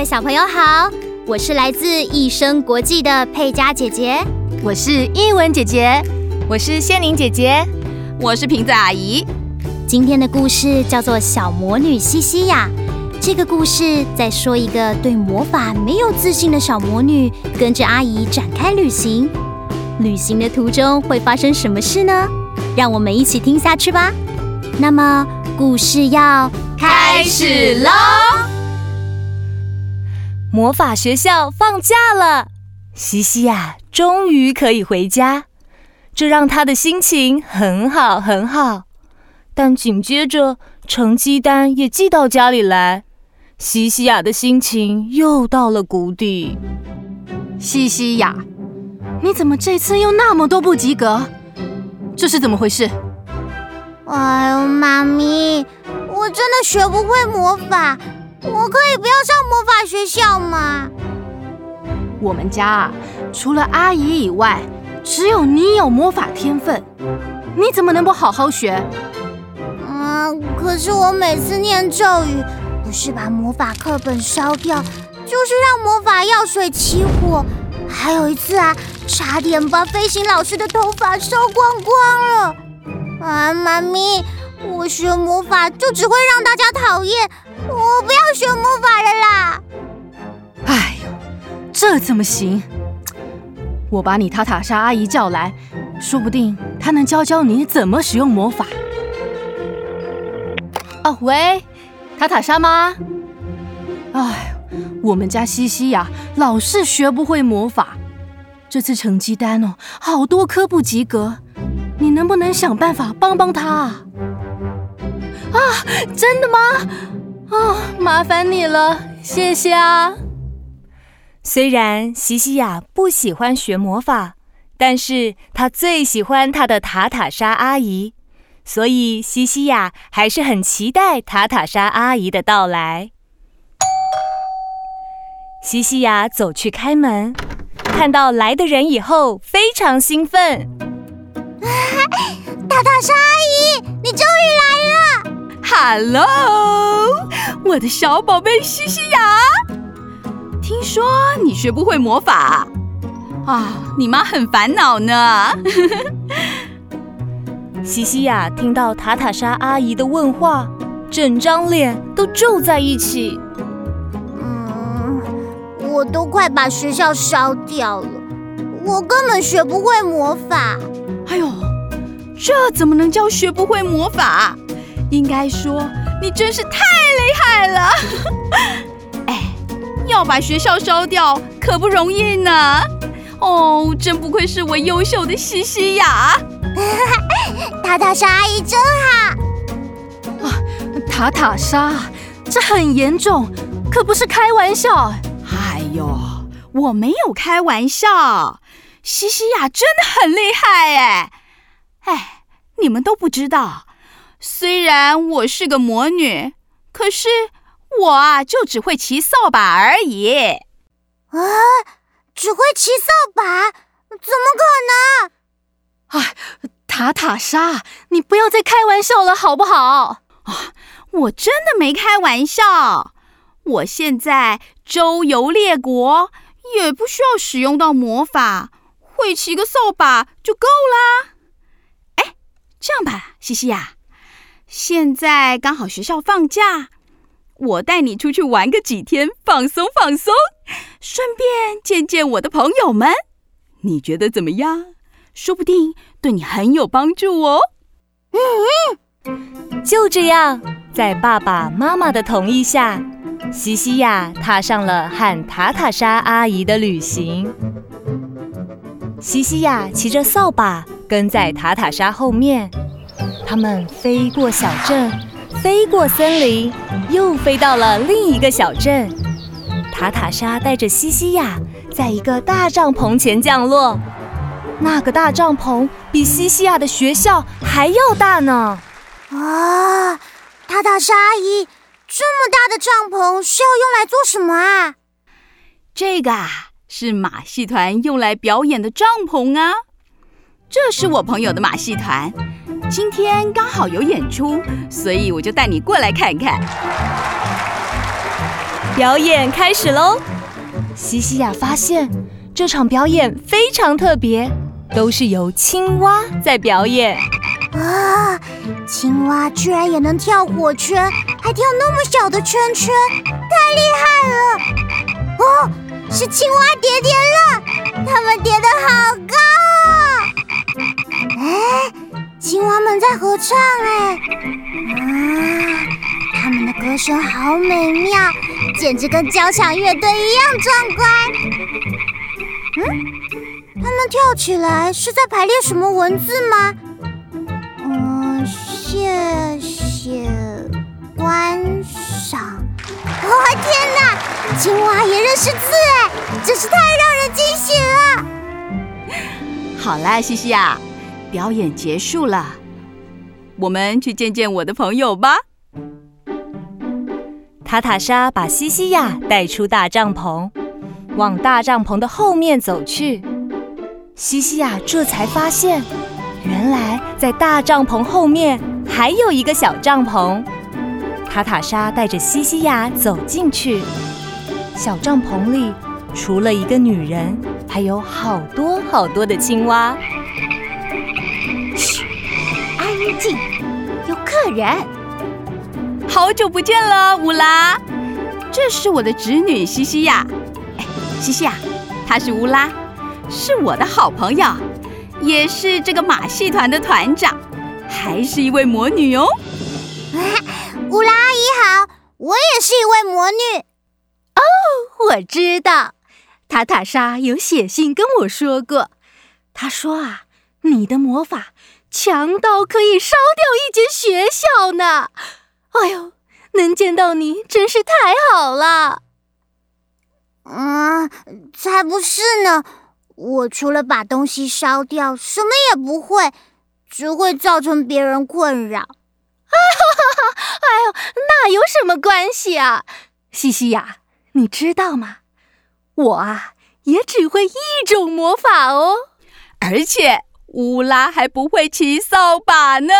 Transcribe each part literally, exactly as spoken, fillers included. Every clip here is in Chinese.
小朋友好，我是来自益生国际的佩佳姐姐。 我是英文姐姐。 我是仙宁姐姐。 我是瓶子阿姨。 今天的故事叫做《小魔女西西雅》。这个故事在说一个对魔法没有自信的小魔女，跟着阿姨展开旅行。旅行的途中会发生什么事呢？让我们一起听下去吧。那么，故事要开始喽！ 魔法学校放假了，西西雅终于可以回家，这让她的心情很好很好。但紧接着，成绩单也寄到家里来。西西雅的心情又到了谷底。 西西雅，你怎么这次又那么多不及格？这是怎么回事？ 哎呦，妈咪，我真的学不会魔法，我可以不要上魔法学校吗？ 我们家啊，除了阿姨以外，只有你有魔法天分，你怎么能不好好学？ 嗯，可是我每次念咒语，不是把魔法课本烧掉，就是让魔法药水起火。还有一次啊，差点把飞行老师的头发烧光光了。啊，妈咪，我学魔法就只会让大家讨厌，我不要学魔法了啦。 哎呦，这怎么行？我把你塔塔莎阿姨叫来，说不定她能教教你怎么使用魔法。哦，喂，塔塔莎吗？哎，我们家西西呀，老是学不会魔法，这次成绩单哦，好多科不及格，你能不能想办法帮帮她啊？啊，真的吗？哦，麻烦你了，谢谢啊。 虽然西西雅不喜欢学魔法，但是她最喜欢她的塔塔莎阿姨。所以西西雅还是很期待塔塔莎阿姨的到来。西西雅走去开门，看到来的人以后非常兴奋。 塔塔莎阿姨，你终于来了！ Hello， 我的小宝贝西西雅，听说你学不会魔法啊，你妈很烦恼呢。 西西雅听到塔塔莎阿姨的问话，整张脸都皱在一起。 嗯，我都快把学校烧掉了，我根本学不会魔法。 哎呦，这怎么能叫学不会魔法？应该说你真是太厉害了。哎，要把学校烧掉可不容易呢。哦，真不愧是我优秀的西西雅。 塔塔莎阿姨真好啊！塔塔莎，这很严重，可不是开玩笑。 哎呦，我没有开玩笑，西西雅真的很厉害哎！哎，你们都不知道，虽然我是个魔女，可是我啊就只会骑扫把而已。 啊，只会骑扫把？怎么可能？ 哎，塔塔莎，你不要再开玩笑了，好不好？ 啊，我真的没开玩笑。我现在周游列国，也不需要使用到魔法，会骑个扫把就够啦。哎，这样吧，西西雅，现在刚好学校放假，我带你出去玩个几天，放松放松，顺便见见我的朋友们，你觉得怎么样？说不定对你很有帮助哦。 嗯嗯， 就这样，在爸爸妈妈的同意下，西西雅踏上了和塔塔莎阿姨的旅行。西西雅骑着扫把跟在塔塔莎后面，他们飞过小镇，飞过森林，又飞到了另一个小镇。塔塔莎带着西西雅在一个大帐篷前降落。那个大帐篷比西西雅的学校还要大呢！ 啊，塔塔莎阿姨，这么大的帐篷是要用来做什么啊？ 这个啊，是马戏团用来表演的帐篷啊。这是我朋友的马戏团，今天刚好有演出，所以我就带你过来看看。 表演开始喽！西西亚发现这场表演非常特别，都是由青蛙在表演。 啊！青蛙居然也能跳火圈，还跳那么小的圈圈，太厉害了！哦，是青蛙叠叠乐，它们叠得好高啊！哎，青蛙们在合唱哎！啊，它们的歌声好美妙，简直跟交响乐队一样壮观。嗯，它们跳起来是在排练什么文字吗？嗯，谢谢观赏。哇，天哪！青蛙也认识字哎，真是太让人惊喜了。 好啦，西西呀，表演结束了，我们去见见我的朋友吧。 塔塔莎把西西亚带出大帐篷，往大帐篷的后面走去。西西亚这才发现，原来在大帐篷后面还有一个小帐篷。塔塔莎带着西西亚走进去，小帐篷里除了一个女人，还有好多好多的青蛙。 嘘，安静，有客人。 好久不见了，乌拉，这是我的侄女西西亚。哎，西西亚，她是乌拉，是我的好朋友，也是这个马戏团的团长，还是一位魔女哦。 乌拉阿姨好，我也是一位魔女。 哦，我知道，塔塔莎有写信跟我说过，她说啊，你的魔法强到可以烧掉一间学校呢。哎呦，能见到你真是太好了。 嗯，才不是呢，我除了把东西烧掉，什么也不会，只会造成别人困扰。 哎呦，那有什么关系啊？西西亚，你知道吗？我啊，也只会一种魔法哦。 而且乌拉还不会骑扫把呢。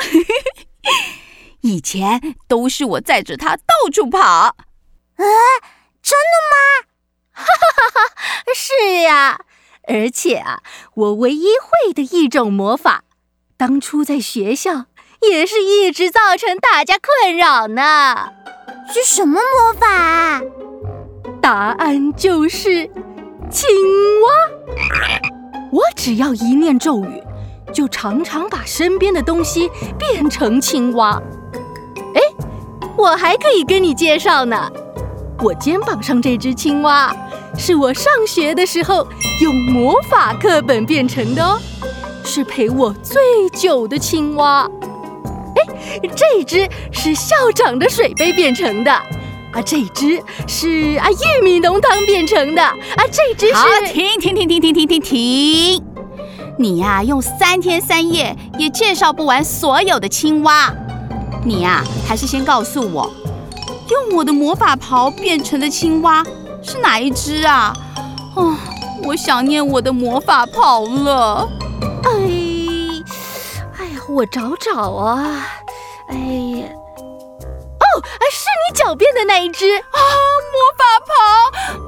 以前都是我载着他到处跑。 哎，真的吗？ 哈哈哈哈，是呀，而且啊，我唯一会的一种魔法，当初在学校也是一直造成大家困扰呢。 是什么魔法啊？ 答案就是青蛙。我只要一念咒语，就常常把身边的东西变成青蛙。哎，我还可以跟你介绍呢。我肩膀上这只青蛙，是我上学的时候用魔法课本变成的哦，是陪我最久的青蛙。哎，这只是校长的水杯变成的，啊，这只是啊玉米浓汤变成的，啊，这只是…… 好，停停停停停停停停！你呀、啊，用三天三夜也介绍不完所有的青蛙。你呀、啊，还是先告诉我，用我的魔法袍变成的青蛙是哪一只啊？哦，我想念我的魔法袍了。 哎，哎呀，我找找啊，哎呀，哦，是你脚边的那一只啊，魔法袍。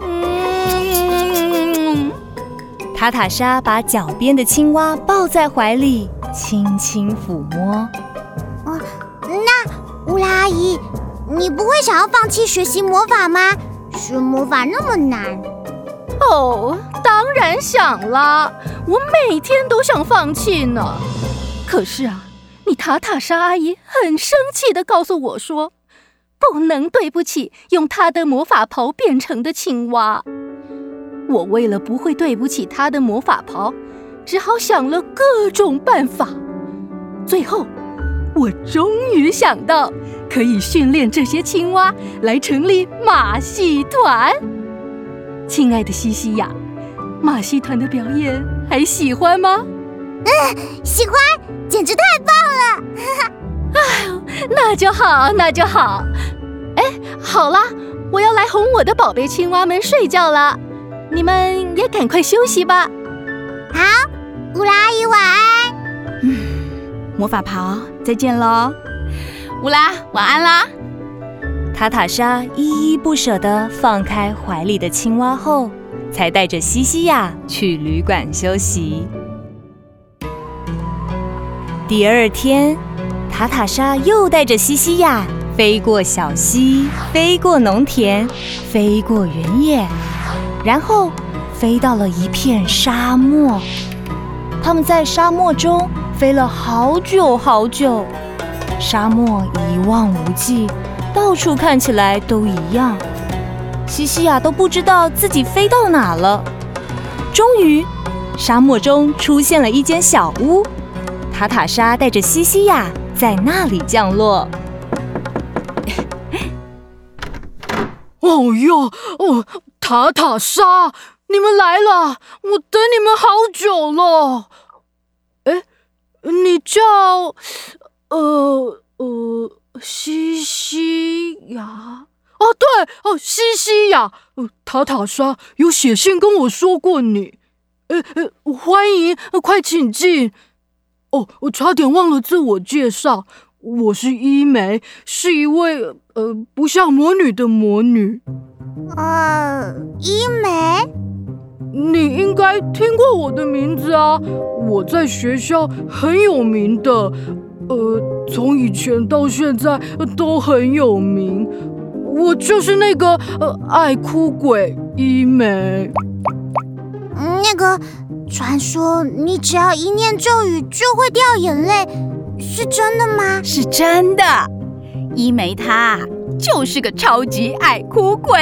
嗯， 塔塔莎把脚边的青蛙抱在怀里，轻轻抚摸。 啊，那乌拉阿姨，你不会想要放弃学习魔法吗？学魔法那么难。 哦，当然想啦，我每天都想放弃呢。可是啊，你塔塔莎阿姨很生气地告诉我说，不能对不起用她的魔法袍变成的青蛙。我为了不会对不起她的魔法袍，只好想了各种办法。最后，我终于想到可以训练这些青蛙来成立马戏团。亲爱的西西亚，马戏团的表演还喜欢吗？ 嗯，喜欢，简直太棒了！ 哎呦，那就好，那就好。哎，好啦，我要来哄我的宝贝青蛙们睡觉了，你们也赶快休息吧。 好，乌拉阿姨晚安。 嗯，魔法袍，再见喽。乌拉，晚安啦。 塔塔莎依依不舍地放开怀里的青蛙后，才带着西西亚去旅馆休息。第二天，塔塔莎又带着西西亚飞过小溪，飞过农田，飞过原野，然后飞到了一片沙漠。他们在沙漠中飞了好久好久，沙漠一望无际，到处看起来都一样。西西亚都不知道自己飞到哪了。终于，沙漠中出现了一间小屋，塔塔莎带着西西亚在那里降落。 哦哟，哦，塔塔莎，你们来了，我等你们好久了。哎，你叫呃呃西西亚？哦，对，哦，西西亚。呃，塔塔莎有写信跟我说过你。呃呃，欢迎，快请进。哦，我差点忘了自我介绍。我是伊梅，是一位呃不像魔女的魔女。 呃，伊梅？ 你应该听过我的名字啊，我在学校很有名的，呃，从以前到现在都很有名。我就是那个呃爱哭鬼伊梅。 那个，传说你只要一念咒语就会掉眼泪。是真的吗？ 是真的，伊梅她就是个超级爱哭鬼。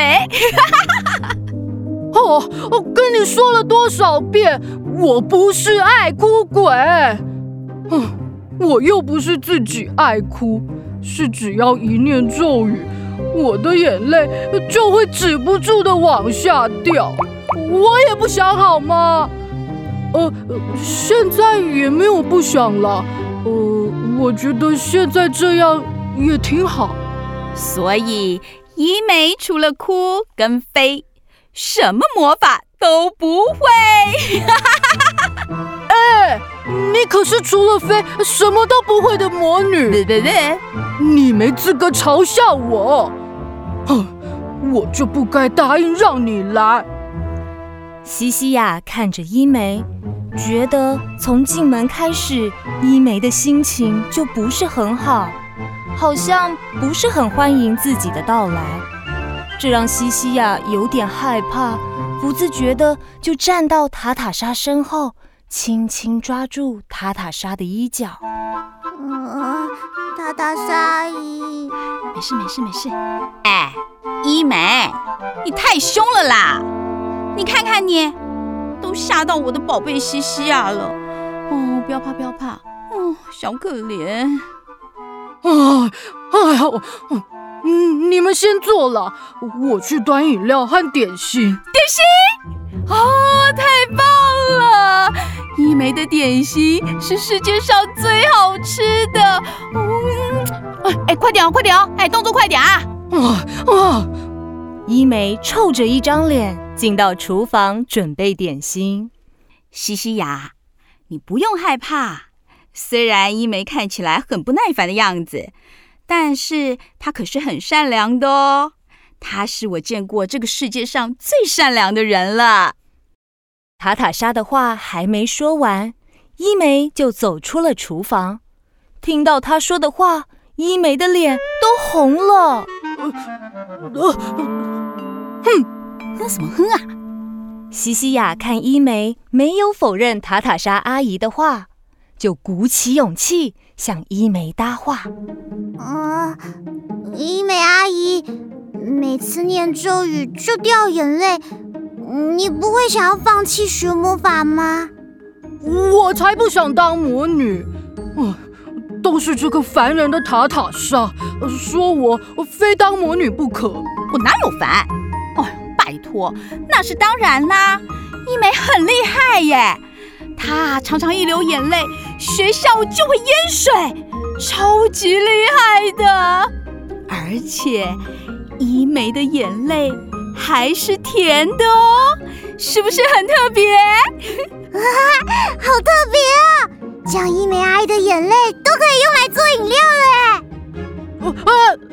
哦，我跟你说了多少遍，我不是爱哭鬼。嗯，我又不是自己爱哭，是只要一念咒语，我的眼泪就会止不住的往下掉。我也不想好吗？呃，现在也没有不想了。呃，我觉得现在这样也挺好。 所以伊梅除了哭跟飞，什么魔法都不会。 哎，你可是除了飞什么都不会的魔女。 对对对， 你没资格嘲笑我。哼，我就不该答应让你来。 西西亚看着伊梅，觉得从进门开始，伊梅的心情就不是很好，好像不是很欢迎自己的到来。这让西西亚有点害怕，不自觉的就站到塔塔莎身后，轻轻抓住塔塔莎的衣角。 嗯，塔塔莎阿姨， 没事没事没事。哎，伊梅，你太凶了啦！你看看你，都吓到我的宝贝西西亚了。哦，不要怕不要怕，哦，小可怜。 啊，哎呦，嗯，你们先坐了，我去端饮料和点心。 点心？哦，太棒了！伊梅的点心是世界上最好吃的。嗯，哎，快点哦，快点哦，哎，动作快点啊！ 啊啊！ 伊梅臭着一张脸进到厨房准备点心。 西西亚，你不用害怕。虽然伊梅看起来很不耐烦的样子，但是她可是很善良的哦。她是我见过这个世界上最善良的人了。 塔塔莎的话还没说完，伊梅就走出了厨房。听到她说的话，伊梅的脸都红了。 呃， 哼，哼什么哼啊？ 西西亚看伊梅没有否认塔塔莎阿姨的话，就鼓起勇气向伊梅搭话。 呃，伊梅阿姨，每次念咒语就掉眼泪，你不会想要放弃学魔法吗？ 我才不想当魔女。嗯，都是这个烦人的塔塔莎说我非当魔女不可。 我哪有烦？哦，拜托，那是当然啦。伊梅很厉害耶，她常常一流眼泪，学校就会淹水，超级厉害的。而且伊梅的眼泪还是甜的哦，是不是很特别？ 好特别啊！这样伊梅阿姨的眼泪都可以用来做饮料了耶。 呃，哎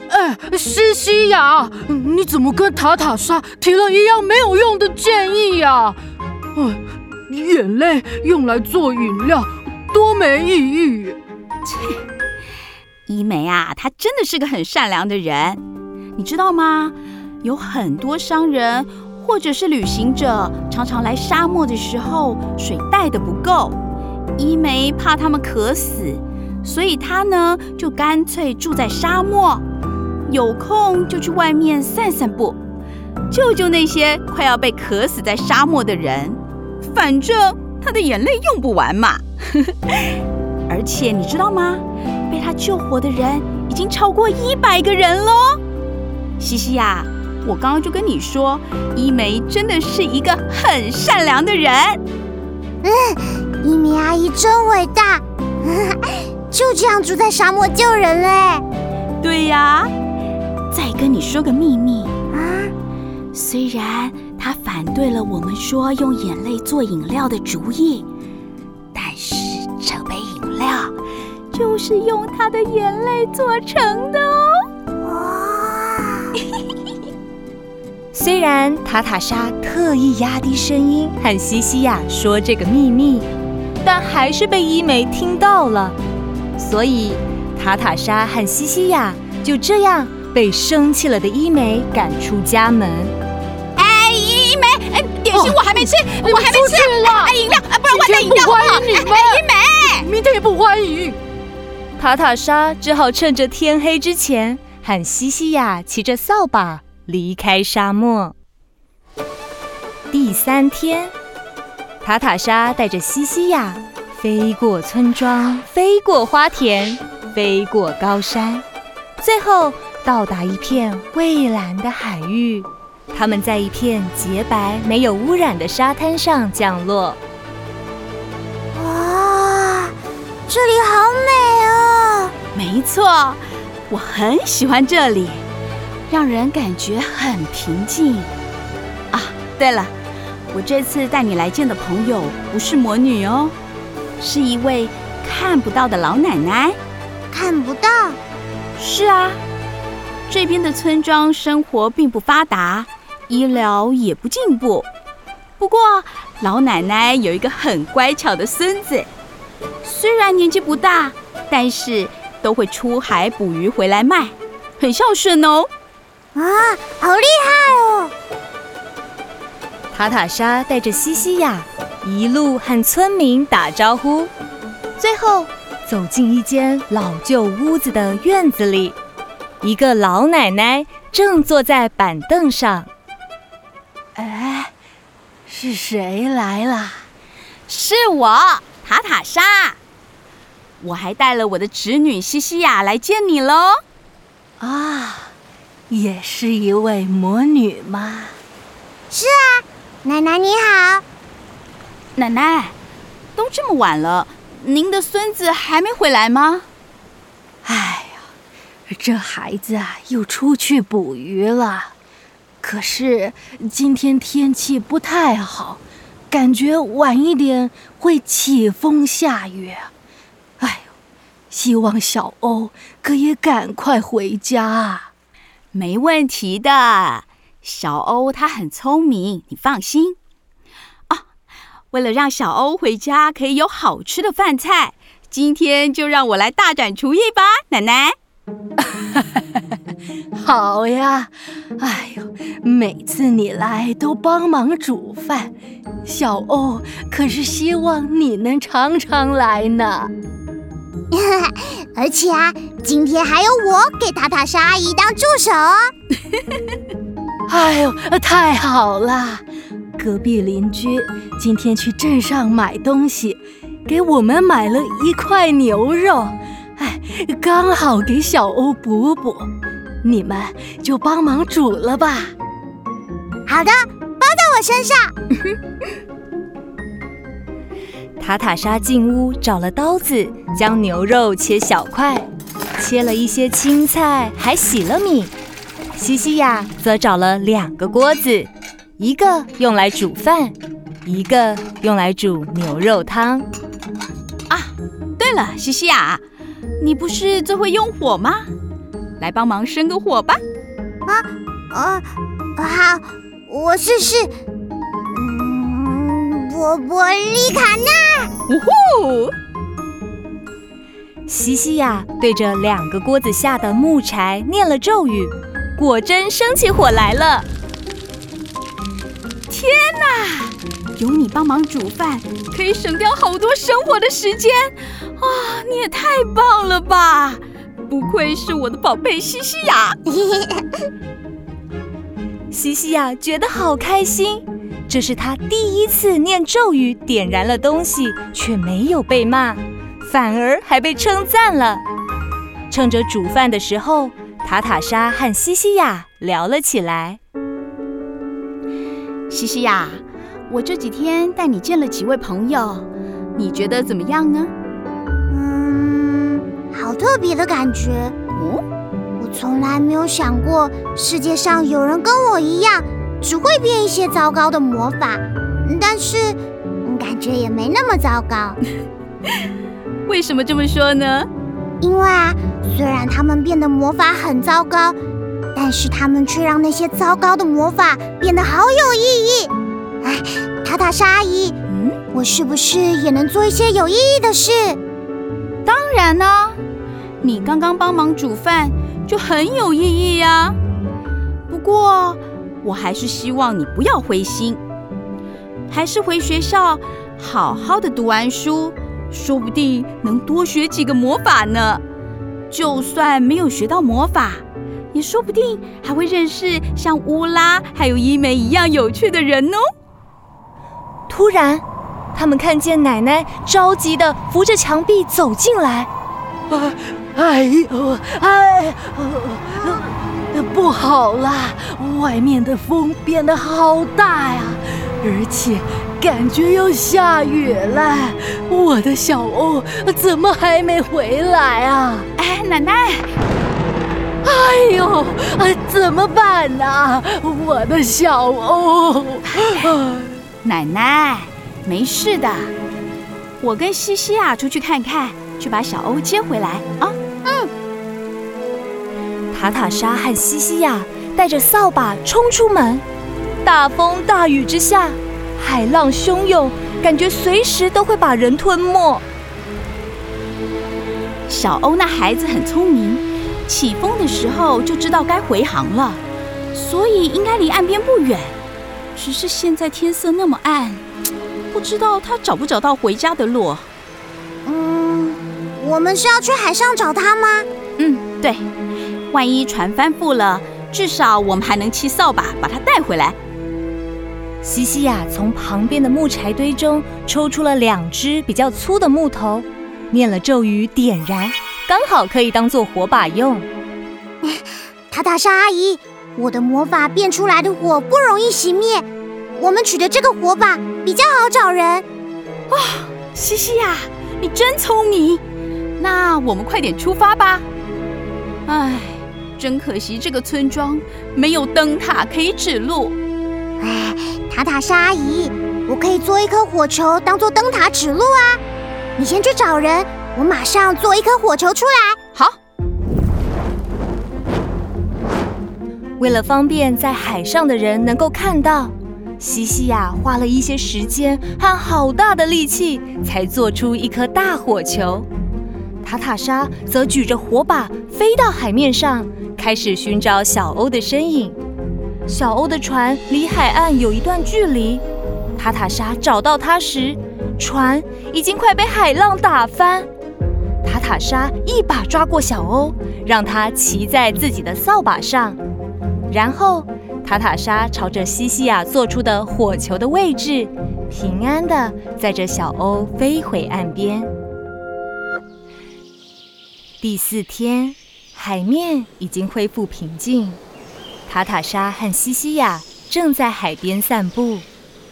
西西呀，你怎么跟塔塔莎提了一样没有用的建议呀？哎，眼泪用来做饮料，多没意义！ 切，伊梅啊，她真的是个很善良的人，你知道吗？有很多商人或者是旅行者，常常来沙漠的时候，水带的不够，伊梅怕他们渴死，所以她呢就干脆住在沙漠，有空就去外面散散步，救救那些快要被渴死在沙漠的人。反正她的眼泪用不完嘛。而且你知道吗？被她救活的人已经超过一百个人了。西西呀，我刚刚就跟你说，伊梅真的是一个很善良的人。 嗯，伊梅阿姨真伟大，就这样住在沙漠救人嘞。 对呀，再跟你说个秘密啊， 虽然她反对了我们说用眼泪做饮料的主意，但是这杯饮料就是用她的眼泪做成的哦。 虽然塔塔莎特意压低声音和西西亚说这个秘密，但还是被伊梅听到了，所以塔塔莎和西西亚就这样被生气了的伊梅赶出家门。 哎，伊梅，哎，点心我还没吃， 哦、 我还没吃了。哎，饮料，不然换袋饮料好不好？ 你们哎，伊梅， 明天也不欢迎。 塔塔莎只好趁着天黑之前，和西西亚骑着扫把离开沙漠。第三天，塔塔莎带着西西亚飞过村庄，飞过花田，飞过高山，最后到达一片蔚蓝的海域。他们在一片洁白、没有污染的沙滩上降落。 哇，这里好美哦！ 没错，我很喜欢这里，让人感觉很平静。啊，对了，我这次带你来见的朋友不是魔女哦，是一位看不到的老奶奶。 看不到？ 是啊，这边的村庄生活并不发达，医疗也不进步。不过，老奶奶有一个很乖巧的孙子，虽然年纪不大，但是都会出海捕鱼回来卖，很孝顺哦。 啊，好厉害哦！ 塔塔莎带着西西亚一路和村民打招呼，最后走进一间老旧屋子的院子里，一个老奶奶正坐在板凳上。 哎，是谁来了？ 是我，塔塔莎。我还带了我的侄女西西亚来见你喽。 啊，也是一位魔女吗？ 是啊，奶奶你好。 奶奶，都这么晚了，您的孙子还没回来吗？ 哎呀，这孩子啊，又出去捕鱼了。可是今天天气不太好，感觉晚一点会起风下雨。哎呦，希望小欧可以赶快回家啊！ 没问题的，小欧他很聪明，你放心。啊，为了让小欧回家可以有好吃的饭菜，今天就让我来大展厨艺吧，奶奶。 好呀，哎呦，每次你来都帮忙煮饭，小欧可是希望你能常常来呢。 而且啊，今天还有我给塔塔莎阿姨当助手哦。 哎呦，太好了！隔壁邻居今天去镇上买东西，给我们买了一块牛肉，哎，刚好给小欧补补。你们就帮忙煮了吧。 好的，包在我身上。 塔塔莎进屋找了刀子，将牛肉切小块，切了一些青菜，还洗了米。西西亚则找了两个锅子，一个用来煮饭，一个用来煮牛肉汤。 啊，对了，西西亚，你不是最会用火吗？ 来帮忙生个火吧。 啊，呃，好，我试试。嗯，波波利卡纳。 呜呼！ 西西亚对着两个锅子下的木柴念了咒语，果真生起火来了。 天哪！有你帮忙煮饭，可以省掉好多生火的时间啊！你也太棒了吧！不愧是我的宝贝西西亚。 西西亚觉得好开心，这是他第一次念咒语点燃了东西，却没有被骂，反而还被称赞了。趁着煮饭的时候，塔塔莎和西西亚聊了起来。 西西亚，我这几天带你见了几位朋友，你觉得怎么样呢？ 嗯，好特别的感觉。 哦， 我从来没有想过世界上有人跟我一样，只会变一些糟糕的魔法，但是感觉也没那么糟糕。 为什么这么说呢？ 因为啊，虽然他们变的魔法很糟糕，但是他们却让那些糟糕的魔法变得好有意义。哎，塔塔莎阿姨， 嗯， 我是不是也能做一些有意义的事？ 当然呢，你刚刚帮忙煮饭就很有意义呀。不过，我还是希望你不要灰心，还是回学校好好的读完书，说不定能多学几个魔法呢。就算没有学到魔法，也说不定还会认识像乌拉还有伊梅一样有趣的人哦。 突然，他们看见奶奶着急地扶着墙壁走进来。 啊，哎呦，哎，呃，不好啦！外面的风变得好大呀，而且感觉要下雨了。我的小欧怎么还没回来啊？ 哎，奶奶！ 哎呦，怎么办呢？我的小欧！ 奶奶，没事的，我跟西西亚出去看看，去把小欧接回来啊。 嗯。 塔塔莎和西西亚带着扫把冲出门，大风大雨之下，海浪汹涌，感觉随时都会把人吞没。 小欧那孩子很聪明，起风的时候就知道该回航了，所以应该离岸边不远。只是现在天色那么暗，不知道他找不找到回家的路。 嗯，我们是要去海上找他吗？ 嗯，对。万一船翻覆了，至少我们还能骑扫把把他带回来。 西西亚从旁边的木柴堆中抽出了两只比较粗的木头，念了咒语点燃，刚好可以当做火把用。 塔塔莎阿姨，我的魔法变出来的火不容易熄灭，我们取的这个火把比较好找人。 哇、哦，西西亚，你真聪明！那我们快点出发吧。唉，真可惜这个村庄没有灯塔可以指路。 哎，塔塔莎阿姨，我可以做一颗火球当做灯塔指路啊。你先去找人，我马上做一颗火球出来。 好。 为了方便在海上的人能够看到，西西亚花了一些时间和好大的力气，才做出一颗大火球。塔塔莎则举着火把飞到海面上，开始寻找小欧的身影。小欧的船离海岸有一段距离，塔塔莎找到他时，船已经快被海浪打翻。塔塔莎一把抓过小欧，让他骑在自己的扫把上。然后，塔塔莎朝着西西亚做出的火球的位置，平安地载着小欧飞回岸边。第四天，海面已经恢复平静，塔塔莎和西西亚正在海边散步。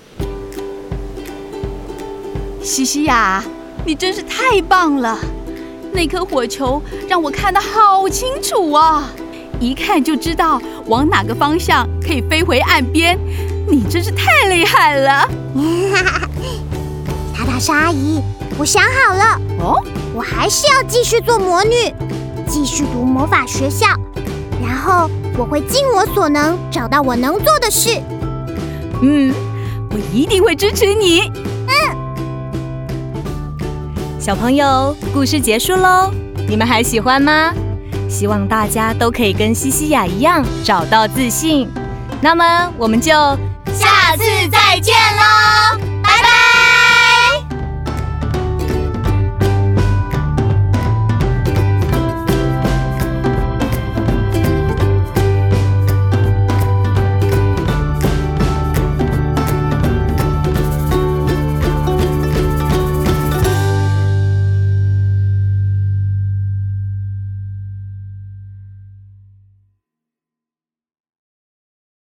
西西亚，你真是太棒了！那颗火球让我看得好清楚啊！一看就知道往哪个方向可以飞回岸边，你真是太厉害了！ 塔塔莎阿姨，我想好了， 哦， 我还是要继续做魔女，继续读魔法学校， 然后我会尽我所能找到我能做的事。 嗯，我一定会支持你。 小朋友，故事结束喽，你们还喜欢吗？希望大家都可以跟西西亚一样找到自信。那么我们就下次再见喽！